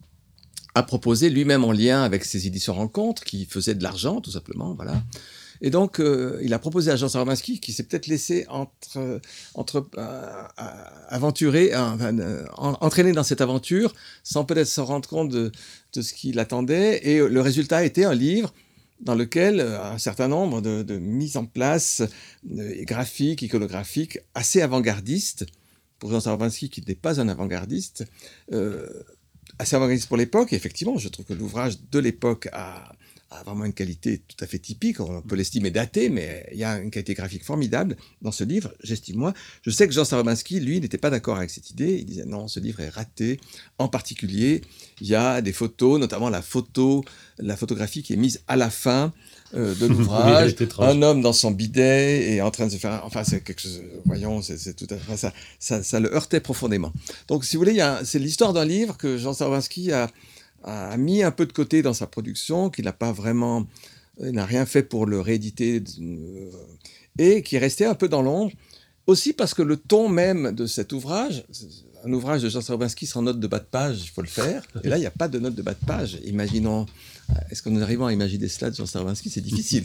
a proposé lui-même en lien avec ses éditions Rencontres, qui faisaient de l'argent, tout simplement, voilà. Et donc, euh, il a proposé à Jean Starobinski, qui s'est peut-être laissé entre, entre, euh, aventurer, euh, entraîner dans cette aventure, sans peut-être se rendre compte de, de ce qu'il attendait. Et le résultat était un livre dans lequel un certain nombre de, de mises en place euh, graphiques, iconographiques, assez avant-gardistes, pour Jean Starobinsky qui n'est pas un avant-gardiste, euh, assez avant-gardiste pour l'époque. Et effectivement, je trouve que l'ouvrage de l'époque a, a vraiment une qualité tout à fait typique. On peut l'estimer daté, mais il y a une qualité graphique formidable dans ce livre, j'estime moi. Je sais que Jean Starobinsky, lui, n'était pas d'accord avec cette idée. Il disait non, ce livre est raté. En particulier, il y a des photos, notamment la photo, la photographie qui est mise à la fin euh, de l'ouvrage. Oui, un homme dans son bidet et en train de se faire... Enfin, c'est quelque chose... Voyons, c'est, c'est tout à fait... Ça, ça, ça le heurtait profondément. Donc, si vous voulez, il y a, c'est l'histoire d'un livre que Jean Starobinsky a... a mis un peu de côté dans sa production, qu'il n'a pas vraiment, il n'a rien fait pour le rééditer, euh, et qui est resté un peu dans l'ombre, aussi parce que le ton même de cet ouvrage, un ouvrage de Jean Starobinsky sans note de bas de page, il faut le faire, et là il n'y a pas de note de bas de page. Imaginons, est-ce que nous arrivons à imaginer cela de Jean Starobinsky? C'est difficile.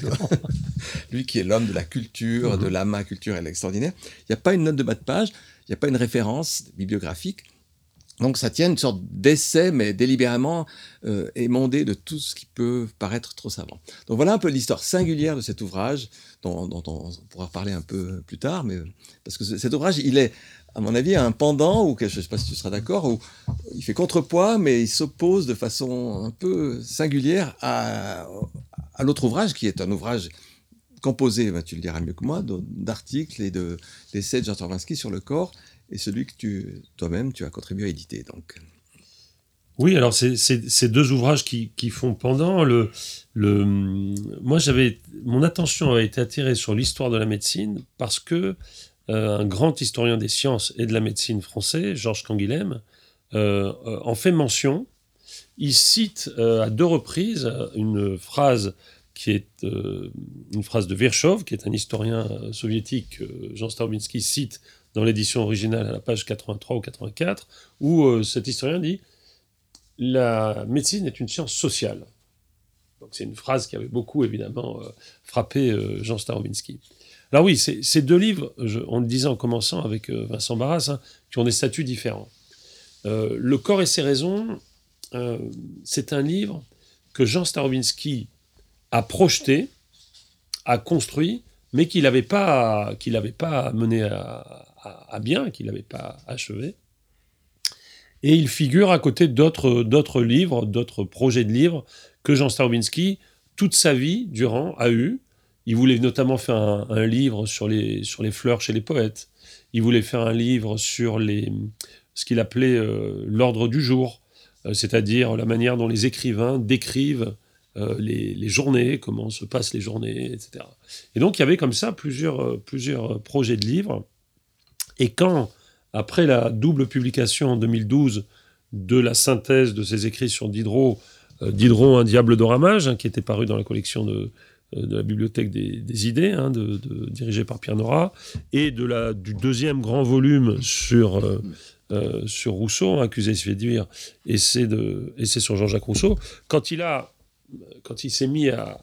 Lui qui est l'homme de la culture, de l'amas culturel extraordinaire, il n'y a pas une note de bas de page, il n'y a pas une référence bibliographique. Donc ça tient une sorte d'essai, mais délibérément euh, émondé de tout ce qui peut paraître trop savant. Donc voilà un peu l'histoire singulière de cet ouvrage, dont, dont on pourra parler un peu plus tard, mais parce que cet ouvrage, il est, à mon avis, un pendant, ou je ne sais pas si tu seras d'accord, où il fait contrepoids, mais il s'oppose de façon un peu singulière à, à l'autre ouvrage, qui est un ouvrage composé, ben, tu le diras mieux que moi, d'articles et de, d'essais de Jean Starobinsky sur le corps, et celui que tu, toi-même, tu as contribué à éditer. Donc. Oui, alors c'est, c'est, c'est deux ouvrages qui, qui font pendant. Le, le, moi, j'avais, mon attention avait été attirée sur l'histoire de la médecine parce que euh, un grand historien des sciences et de la médecine français, Georges Canguilhem, euh, euh, en fait mention. Il cite euh, à deux reprises une phrase qui est euh, une phrase de Virchow, qui est un historien euh, soviétique que euh, Jean Starobinsky cite dans l'édition originale à la page quatre-vingt-trois ou quatre-vingt-quatre, où euh, cet historien dit « La médecine est une science sociale ». Donc c'est une phrase qui avait beaucoup, évidemment, euh, frappé euh, Jean Starobinsky. Alors oui, c'est, ces deux livres, je, on le disait en commençant avec euh, Vincent Barras, hein, qui ont des statuts différents. Euh, Le corps et ses raisons, euh, c'est un livre que Jean Starobinsky a projeté, a construit, mais qu'il n'avait pas, qu'il n'avait pas mené à, à, à bien, qu'il n'avait pas achevé. Et il figure à côté d'autres, d'autres livres, d'autres projets de livres que Jean Starobinsky, toute sa vie, durant, a eu. Il voulait notamment faire un, un livre sur les, sur les fleurs chez les poètes. Il voulait faire un livre sur les, ce qu'il appelait euh, l'ordre du jour, euh, c'est-à-dire la manière dont les écrivains décrivent Euh, les, les journées, comment se passent les journées, et cetera. Et donc, il y avait comme ça plusieurs, euh, plusieurs projets de livres. Et quand, après la double publication en deux mille douze de la synthèse de ses écrits sur Diderot, euh, Diderot, un diable de ramage, hein, qui était paru dans la collection de, euh, de la Bibliothèque des, des idées, hein, de, de, dirigée par Pierre Nora, et de la, du deuxième grand volume sur... Euh, Euh, sur Rousseau, Accusé se fait dire, et c'est, de, et c'est sur Jean-Jacques Rousseau, quand il a quand il s'est mis à,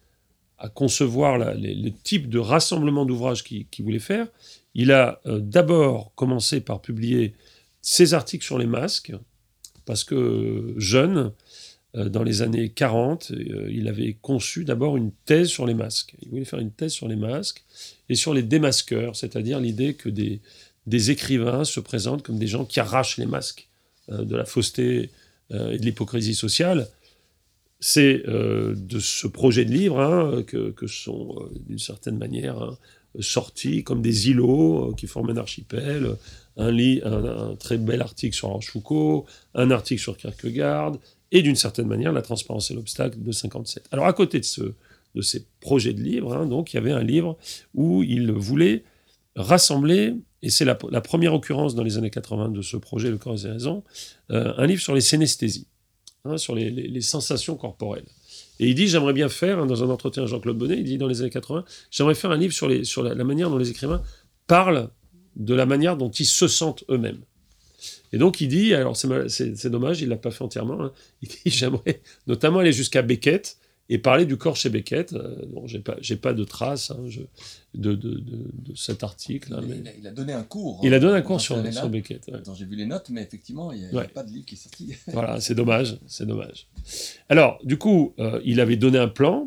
à concevoir la, les, le type de rassemblement d'ouvrages qu'il, qu'il voulait faire, il a euh, d'abord commencé par publier ses articles sur les masques, parce que euh, jeune, euh, dans les années quarante, euh, il avait conçu d'abord une thèse sur les masques. Il voulait faire une thèse sur les masques et sur les démasqueurs, c'est-à-dire l'idée que des, des écrivains se présentent comme des gens qui arrachent les masques euh, de la fausseté euh, et de l'hypocrisie sociale. C'est euh, de ce projet de livre hein, que, que sont, euh, d'une certaine manière, hein, sortis comme des îlots euh, qui forment un archipel, un, lit, un, un très bel article sur Rochefoucauld, un article sur Kierkegaard, et d'une certaine manière, La transparence et l'obstacle de cinquante-sept. Alors, à côté de, ce, de ces projets de livres, hein, donc, il y avait un livre où il voulait rassembler, et c'est la, la première occurrence dans les années quatre-vingts de ce projet, Le corps et ses raisons, euh, un livre sur les synesthésies. Hein, sur les, les, les sensations corporelles. Et il dit, j'aimerais bien faire, hein, dans un entretien à Jean-Claude Bonnet, il dit dans les années quatre-vingts, j'aimerais faire un livre sur, les, sur la, la manière dont les écrivains parlent de la manière dont ils se sentent eux-mêmes. Et donc il dit, alors c'est, c'est, c'est dommage, il ne l'a pas fait entièrement, hein, il dit, j'aimerais notamment aller jusqu'à Beckett et parler du corps chez Beckett. Euh, bon, j'ai pas, j'ai pas de traces hein, je, de, de, de, de cet article. Hein, mais... il, a, il a donné un cours. Il a donné un cours sur, sur Beckett. Ouais. Attends, j'ai vu les notes, mais effectivement, il n'y a, ouais. a pas de livre qui est sorti. Voilà, c'est dommage, c'est dommage. Alors, du coup, euh, il avait donné un plan,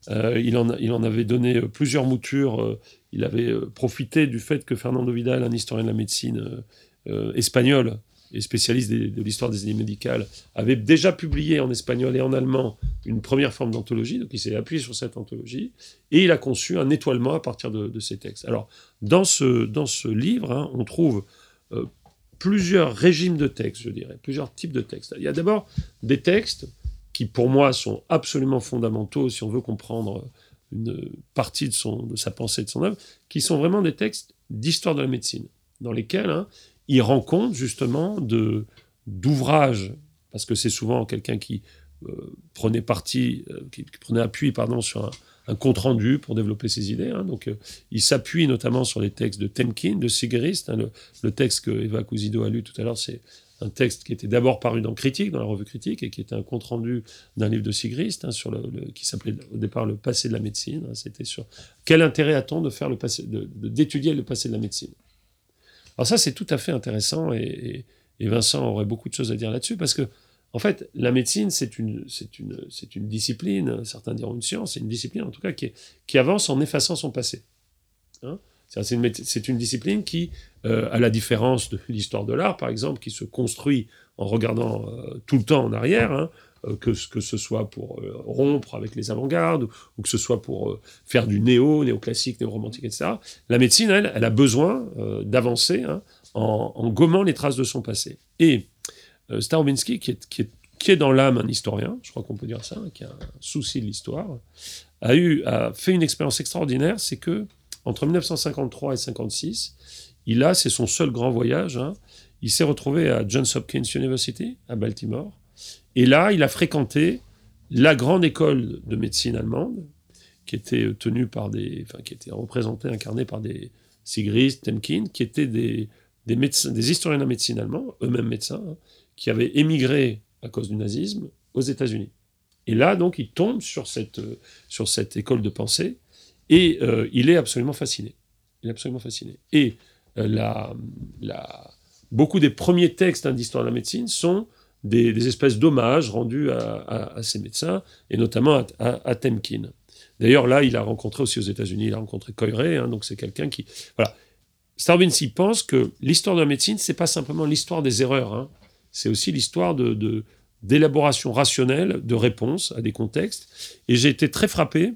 Euh, il, en, il en avait donné plusieurs moutures. Euh, il avait profité du fait que Fernando Vidal, un historien de la médecine euh, euh, espagnol et spécialiste des, de l'histoire des idées médicales, avait déjà publié en espagnol et en allemand une première forme d'anthologie. Donc il s'est appuyé sur cette anthologie et il a conçu un étoilement à partir de, de ces textes. Alors, dans ce, dans ce livre, hein, on trouve euh, plusieurs régimes de textes, je dirais, plusieurs types de textes. Il y a d'abord des textes qui, pour moi, sont absolument fondamentaux si on veut comprendre une partie de, son, de sa pensée, de son œuvre, qui sont vraiment des textes d'histoire de la médecine, dans lesquels hein, il rend compte justement de, d'ouvrages, parce que c'est souvent quelqu'un qui euh, prenait parti, euh, qui, qui prenait appui pardon, sur un, un compte-rendu pour développer ses idées. Hein. Donc, euh, il s'appuie notamment sur les textes de Temkin, de Sigrist. Hein, le, le texte que Eva Cousido a lu tout à l'heure, c'est un texte qui était d'abord paru dans Critique, dans la revue Critique, et qui était un compte-rendu d'un livre de Sigrist, hein, sur le, le, qui s'appelait au départ Le passé de la médecine. Hein, c'était sur quel intérêt a-t-on de faire le passé, de, de, d'étudier le passé de la médecine. Alors ça, c'est tout à fait intéressant, et, et, et Vincent aurait beaucoup de choses à dire là-dessus, parce que en fait, la médecine, c'est une, c'est une, c'est une discipline, certains diront une science, c'est une discipline en tout cas qui, est, qui avance en effaçant son passé. Hein, c'est, une, c'est une discipline qui, euh, à la différence de l'histoire de l'art, par exemple, qui se construit en regardant euh, tout le temps en arrière, hein, euh, que, que ce soit pour euh, rompre avec les avant-gardes, ou, ou que ce soit pour euh, faire du néo, néoclassique, néo-romantique, et cetera. La médecine, elle, elle a besoin euh, d'avancer hein, en, en gommant les traces de son passé. Et Euh, Starobinsky, qui est, qui, est, qui est dans l'âme un historien, je crois qu'on peut dire ça, hein, qui a un souci de l'histoire, a, eu, a fait une expérience extraordinaire, c'est que entre dix-neuf cent cinquante-trois et cinquante-six, il a, c'est son seul grand voyage, hein, il s'est retrouvé à Johns Hopkins University, à Baltimore, et là, il a fréquenté la grande école de médecine allemande, qui était tenue par des, enfin, qui était représentée, incarnée par des Sigrist, Temkin, qui étaient des, des, médecins, des historiens de la médecine allemands, eux-mêmes médecins, hein, qui avait émigré à cause du nazisme aux États-Unis. Et là, donc, il tombe sur cette, euh, sur cette école de pensée et euh, il est absolument fasciné. Il est absolument fasciné. Et euh, la, la, beaucoup des premiers textes hein, d'histoire de la médecine sont des, des espèces d'hommages rendus à, à, à ces médecins, et notamment à, à, à Temkin. D'ailleurs, là, il a rencontré aussi aux États-Unis, il a rencontré Coiré, hein, donc c'est quelqu'un qui... Voilà. Starobinsky pense que l'histoire de la médecine, c'est pas simplement l'histoire des erreurs, hein. C'est aussi l'histoire de, de, d'élaboration rationnelle de réponses à des contextes. Et j'ai été très frappé,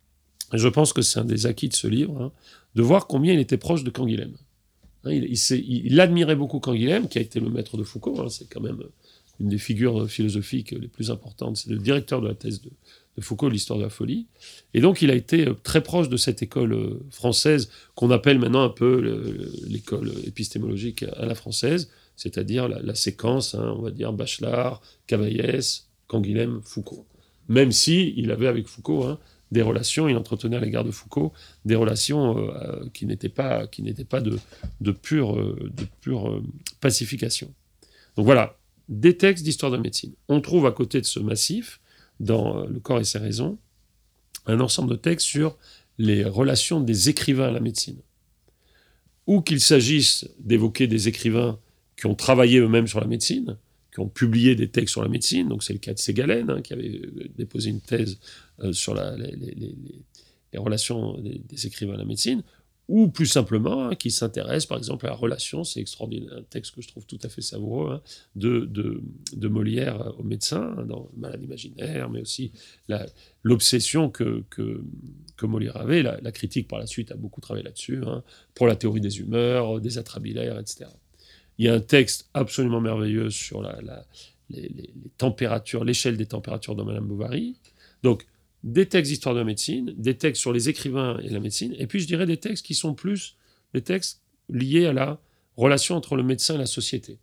et je pense que c'est un des acquis de ce livre, hein, de voir combien il était proche de Canguilhem. Hein, il, il, il admirait beaucoup Canguilhem, qui a été le maître de Foucault. Hein, c'est quand même une des figures philosophiques les plus importantes. C'est le directeur de la thèse de, de Foucault, l'histoire de la folie. Et donc, il a été très proche de cette école française, qu'on appelle maintenant un peu l'école épistémologique à la française, c'est-à-dire la, la séquence, hein, on va dire, Bachelard, Cavaillès, Canguilhem, Foucault. Même si il avait avec Foucault hein, des relations, il entretenait à l'égard de Foucault des relations euh, qui n'étaient pas, qui n'étaient pas de, de pure, de pure euh, pacification. Donc voilà, des textes d'histoire de la médecine. On trouve à côté de ce massif, dans Le corps et ses raisons, un ensemble de textes sur les relations des écrivains à la médecine. Ou qu'il s'agisse d'évoquer des écrivains qui ont travaillé eux-mêmes sur la médecine, qui ont publié des textes sur la médecine, donc c'est le cas de Ségalen, hein, qui avait déposé une thèse euh, sur la, les, les, les, les relations des, des écrivains à la médecine, ou plus simplement, hein, qui s'intéresse par exemple à la relation, c'est extraordinaire, un texte que je trouve tout à fait savoureux, hein, de, de, de Molière aux médecins, hein, dans Malade imaginaire, mais aussi la, l'obsession que, que, que Molière avait, la, la critique par la suite a beaucoup travaillé là-dessus, hein, pour la théorie des humeurs, des atrabilaires, et cetera. Il y a un texte absolument merveilleux sur la, la, les, les, les températures, l'échelle des températures de Madame Bovary. Donc, des textes d'histoire de la médecine, des textes sur les écrivains et la médecine, et puis je dirais des textes qui sont plus des textes liés à la relation entre le médecin et la société.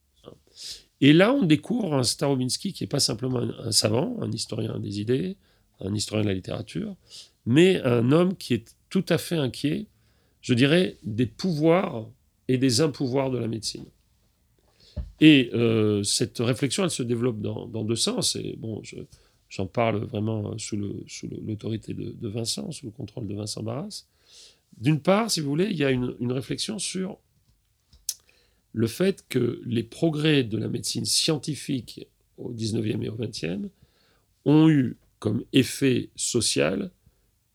Et là, on découvre un Starobinsky qui n'est pas simplement un, un savant, un historien des idées, un historien de la littérature, mais un homme qui est tout à fait inquiet, je dirais, des pouvoirs et des impouvoirs de la médecine. Et euh, cette réflexion, elle se développe dans, dans deux sens, et bon, je... J'en parle vraiment sous, le, sous le, l'autorité de, de Vincent, sous le contrôle de Vincent Barras. D'une part, si vous voulez, il y a une, une réflexion sur le fait que les progrès de la médecine scientifique au dix-neuvième et au vingtième ont eu comme effet social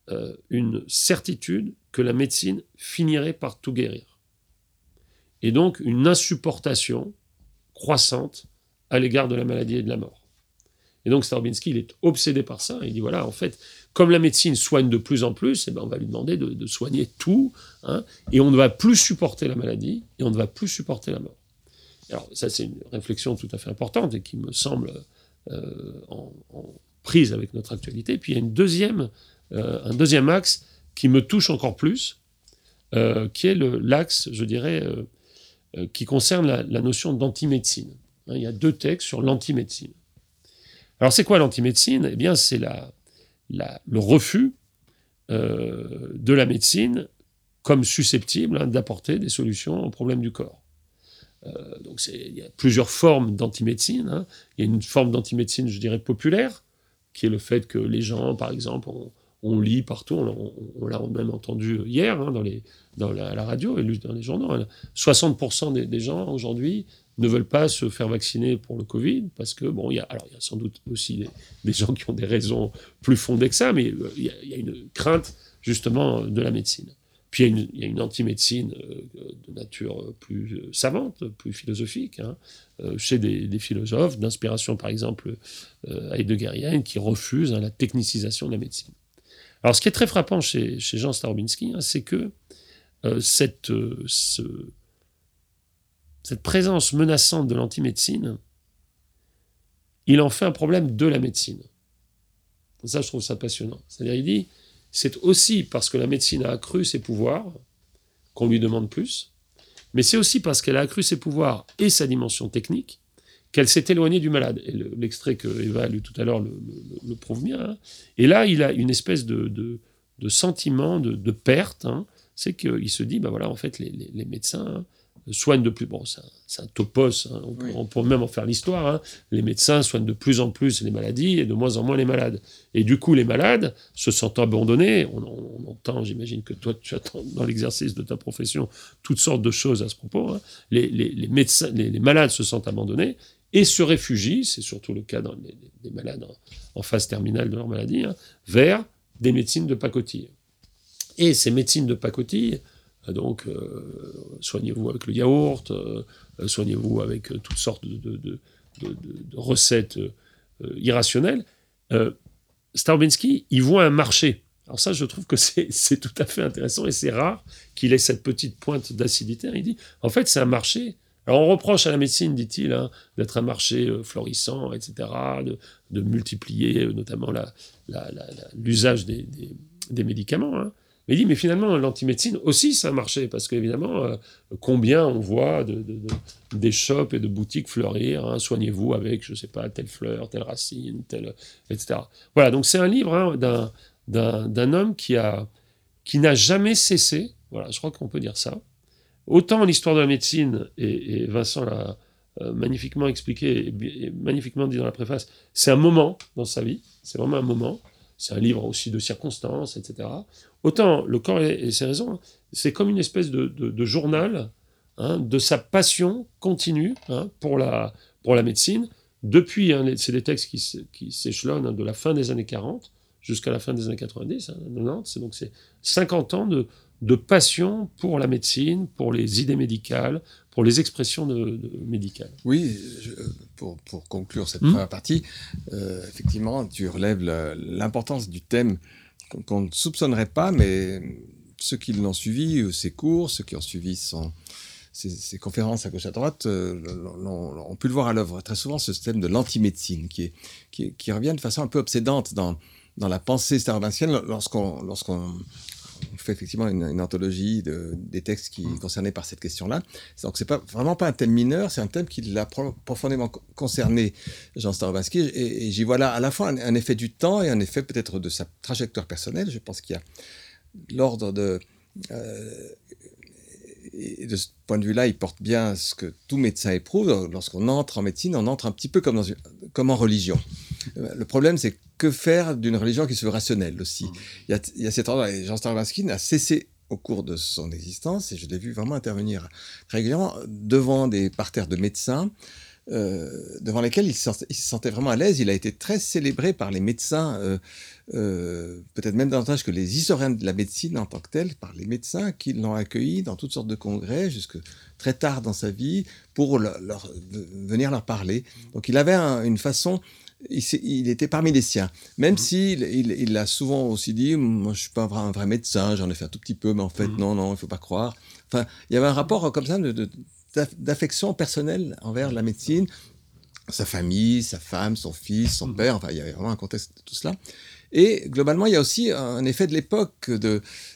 euh, une certitude que la médecine finirait par tout guérir. Et donc une insupportation croissante à l'égard de la maladie et de la mort. Et donc Starobinsky, il est obsédé par ça. Il dit, voilà, en fait, comme la médecine soigne de plus en plus, eh ben, on va lui demander de, de soigner tout, hein, et on ne va plus supporter la maladie, et on ne va plus supporter la mort. Alors ça, c'est une réflexion tout à fait importante, et qui me semble euh, en, en prise avec notre actualité. Puis il y a une deuxième, euh, un deuxième axe qui me touche encore plus, euh, qui est le, l'axe, je dirais, euh, euh, qui concerne la, la notion d'antimédecine. Hein, il y a deux textes sur l'antimédecine. Alors, c'est quoi l'antimédecine ? Eh bien, c'est la, la, le refus euh, de la médecine comme susceptible hein, d'apporter des solutions aux problèmes du corps. Euh, donc, c'est, il y a plusieurs formes d'antimédecine. Hein. Il y a une forme d'antimédecine, je dirais, populaire, qui est le fait que les gens, par exemple, on, on lit partout, on, on, on l'a même entendu hier hein, dans, les, dans la, la radio et lu dans les journaux. Hein. soixante pour cent des, des gens, aujourd'hui, ne veulent pas se faire vacciner pour le Covid, parce que, bon, il y a, alors, il y a sans doute aussi des, des gens qui ont des raisons plus fondées que ça, mais euh, il, y a, il y a une crainte, justement, de la médecine. Puis, il y a une, il y a une anti-médecine euh, de nature plus euh, savante, plus philosophique, hein, euh, chez des, des philosophes, d'inspiration, par exemple, euh, heideggerienne, qui refusent hein, la technicisation de la médecine. Alors, ce qui est très frappant chez, chez Jean Starobinsky, hein, c'est que euh, cette... Euh, ce, Cette présence menaçante de l'antimédecine, il en fait un problème de la médecine. Et ça, je trouve ça passionnant. C'est-à-dire, il dit, c'est aussi parce que la médecine a accru ses pouvoirs qu'on lui demande plus, mais c'est aussi parce qu'elle a accru ses pouvoirs et sa dimension technique qu'elle s'est éloignée du malade. Et le, l'extrait que Eva a lu tout à l'heure le, le, le prouve bien. Hein. Et là, il a une espèce de, de, de sentiment de, de perte. Hein. C'est qu'il se dit, ben voilà, en fait, les, les, les médecins... Hein, soignent de plus... Bon, c'est un, c'est un topos, hein, on, oui. on peut même en faire l'histoire. Hein. Les médecins soignent de plus en plus les maladies et de moins en moins les malades. Et du coup, les malades se sentent abandonnés. On, on, on entend, j'imagine que toi, tu attends dans l'exercice de ta profession toutes sortes de choses à ce propos. Hein. Les, les, les, médecins, les, les malades se sentent abandonnés et se réfugient, c'est surtout le cas dans les, les malades en, en phase terminale de leur maladie, hein, vers des médecines de pacotille. Et ces médecines de pacotille, donc, euh, soignez-vous avec le yaourt, euh, soignez-vous avec euh, toutes sortes de, de, de, de, de recettes euh, irrationnelles. Euh, Starobinsky, il voit un marché. Alors ça, je trouve que c'est, c'est tout à fait intéressant et c'est rare qu'il ait cette petite pointe d'acidité. Il dit, en fait, c'est un marché. Alors on reproche à la médecine, dit-il, hein, d'être un marché euh, florissant, et cetera, de, de multiplier euh, notamment la, la, la, la, l'usage des, des, des médicaments, hein. Mais il dit, mais finalement, l'antimédecine aussi, ça a marché, parce qu'évidemment, euh, combien on voit de, de, de, des shops et de boutiques fleurir, hein, soignez-vous avec, je ne sais pas, telle fleur, telle racine, telle, et cetera. Voilà, donc c'est un livre hein, d'un, d'un, d'un homme qui, a, qui n'a jamais cessé, voilà, je crois qu'on peut dire ça, autant l'histoire de la médecine, et, et Vincent l'a euh, magnifiquement expliqué, et, et magnifiquement dit dans la préface, c'est un moment dans sa vie, c'est vraiment un moment. C'est un livre aussi de circonstances, et cetera. Autant Le corps et ses raisons, c'est comme une espèce de, de, de journal hein, de sa passion continue hein, pour, la, pour la médecine. Depuis, hein, c'est des textes qui, qui s'échelonnent hein, de la fin des années quarante jusqu'à la fin des années quatre-vingt-dix, hein, quatre-vingt-dix. C'est, donc c'est cinquante ans de, de passion pour la médecine, pour les idées médicales, pour les expressions de, de médicales. Oui, je, pour, pour conclure cette mmh. première partie, euh, effectivement, tu relèves la, l'importance du thème qu'on, qu'on ne soupçonnerait pas, mais ceux qui l'ont suivi, ses cours, ceux qui ont suivi son, ses, ses conférences à gauche à droite, euh, l'ont, ont pu le voir à l'œuvre. Très souvent, ce thème de l'antimédecine, qui, est, qui, qui revient de façon un peu obsédante dans, dans la pensée starobenskienne lorsqu'on... lorsqu'on on fait effectivement une, une anthologie de, des textes qui concernés par cette question-là. Donc c'est pas vraiment pas un thème mineur, c'est un thème qui l'a pro- profondément concerné, Jean Starobinsky, et, et j'y vois là à la fois un, un effet du temps et un effet peut-être de sa trajectoire personnelle. Je pense qu'il y a l'ordre de euh, et de ce point de vue-là, il porte bien ce que tout médecin éprouve. Lorsqu'on entre en médecine, on entre un petit peu comme, dans une, comme en religion. Le problème, c'est que faire d'une religion qui se veut rationnelle aussi. Il y a, il y a cet ordre, et Jean Starobinsky n'a cessé au cours de son existence, et je l'ai vu vraiment intervenir régulièrement devant des parterres de médecins, euh, devant lesquels il se, sentait, il se sentait vraiment à l'aise. Il a été très célébré par les médecins, euh, euh, peut-être même davantage que les historiens de la médecine en tant que tels, par les médecins qui l'ont accueilli dans toutes sortes de congrès jusque très tard dans sa vie pour leur, leur, venir leur parler. Donc il avait un, une façon... Il, il était parmi les siens, même mmh. s'il il, il l'a souvent aussi dit, moi je suis pas un vrai, un vrai médecin, j'en ai fait un tout petit peu, mais en fait mmh. non, non, il faut pas croire. Enfin, il y avait un rapport comme ça de, de, d'affection personnelle envers la médecine, sa famille, sa femme, son fils, son mmh. père, enfin il y avait vraiment un contexte de tout cela. Et globalement, il y a aussi un effet de l'époque de,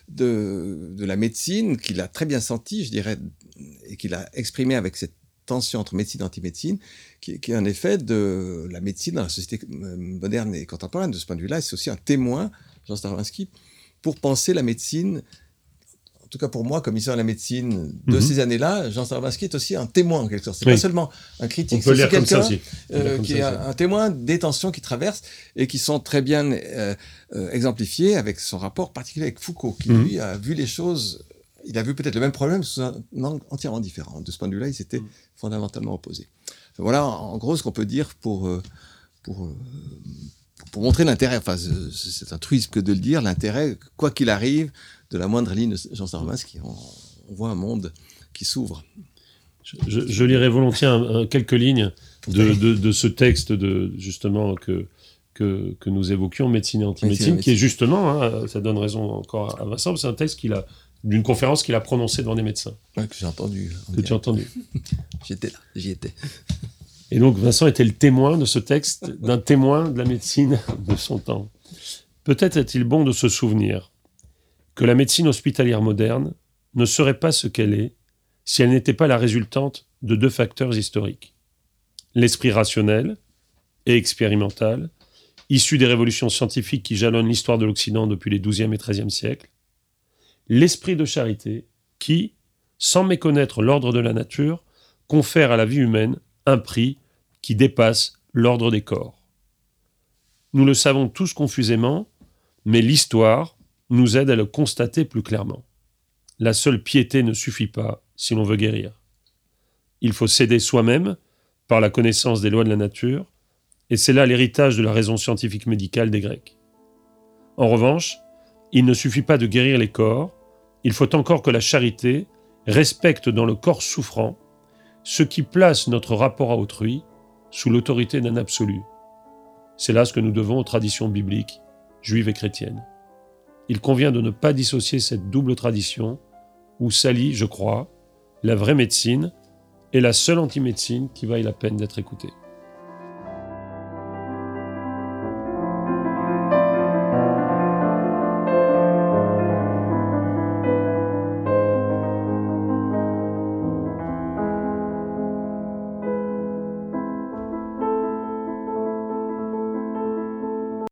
de, de la médecine qu'il a très bien senti, je dirais, et qu'il a exprimé avec cette tension entre médecine et anti-médecine, qui, qui est un effet de la médecine dans la société moderne et contemporaine. De ce point de vue-là, c'est aussi un témoin, Jean Starobinski, pour penser la médecine, en tout cas pour moi, comme historien de la médecine de mm-hmm. ces années-là, Jean Starobinski est aussi un témoin, en quelque sorte. C'est oui. pas seulement un critique, c'est aussi quelqu'un aussi. Euh, qui est un, un témoin des tensions qui traversent et qui sont très bien euh, euh, exemplifiées avec son rapport particulier avec Foucault, qui mm-hmm. lui a vu les choses... Il a vu peut-être le même problème sous un angle entièrement différent. De ce point de vue-là, ils étaient mmh. fondamentalement opposés. Enfin, voilà, en gros, ce qu'on peut dire pour, pour, pour montrer l'intérêt, enfin, c'est un truisme que de le dire, l'intérêt, quoi qu'il arrive, de la moindre ligne de Jean Starobinski, on, on voit un monde qui s'ouvre. Je, je, je lirai volontiers un, un, quelques lignes de, de, de ce texte, de, justement, que, que, que nous évoquions, Médecine et anti-médecine, médecine, qui est justement, hein, ça donne raison encore à Vincent, c'est un texte qu'il a d'une conférence qu'il a prononcée devant des médecins. Ouais, que j'ai entendu. Que tu as entendu. J'étais là, j'y étais. Et donc Vincent était le témoin de ce texte, d'un témoin de la médecine de son temps. Peut-être est-il bon de se souvenir que la médecine hospitalière moderne ne serait pas ce qu'elle est si elle n'était pas la résultante de deux facteurs historiques. L'esprit rationnel et expérimental, issu des révolutions scientifiques qui jalonnent l'histoire de l'Occident depuis les douzième et treizième siècles, l'esprit de charité qui, sans méconnaître l'ordre de la nature, confère à la vie humaine un prix qui dépasse l'ordre des corps. Nous le savons tous confusément, mais l'histoire nous aide à le constater plus clairement. La seule piété ne suffit pas si l'on veut guérir. Il faut s'aider soi-même par la connaissance des lois de la nature, et c'est là l'héritage de la raison scientifique médicale des Grecs. En revanche, il ne suffit pas de guérir les corps, il faut encore que la charité respecte dans le corps souffrant ce qui place notre rapport à autrui sous l'autorité d'un absolu. C'est là ce que nous devons aux traditions bibliques, juives et chrétiennes. Il convient de ne pas dissocier cette double tradition où s'allie, je crois, la vraie médecine et la seule anti-médecine qui vaille la peine d'être écoutée.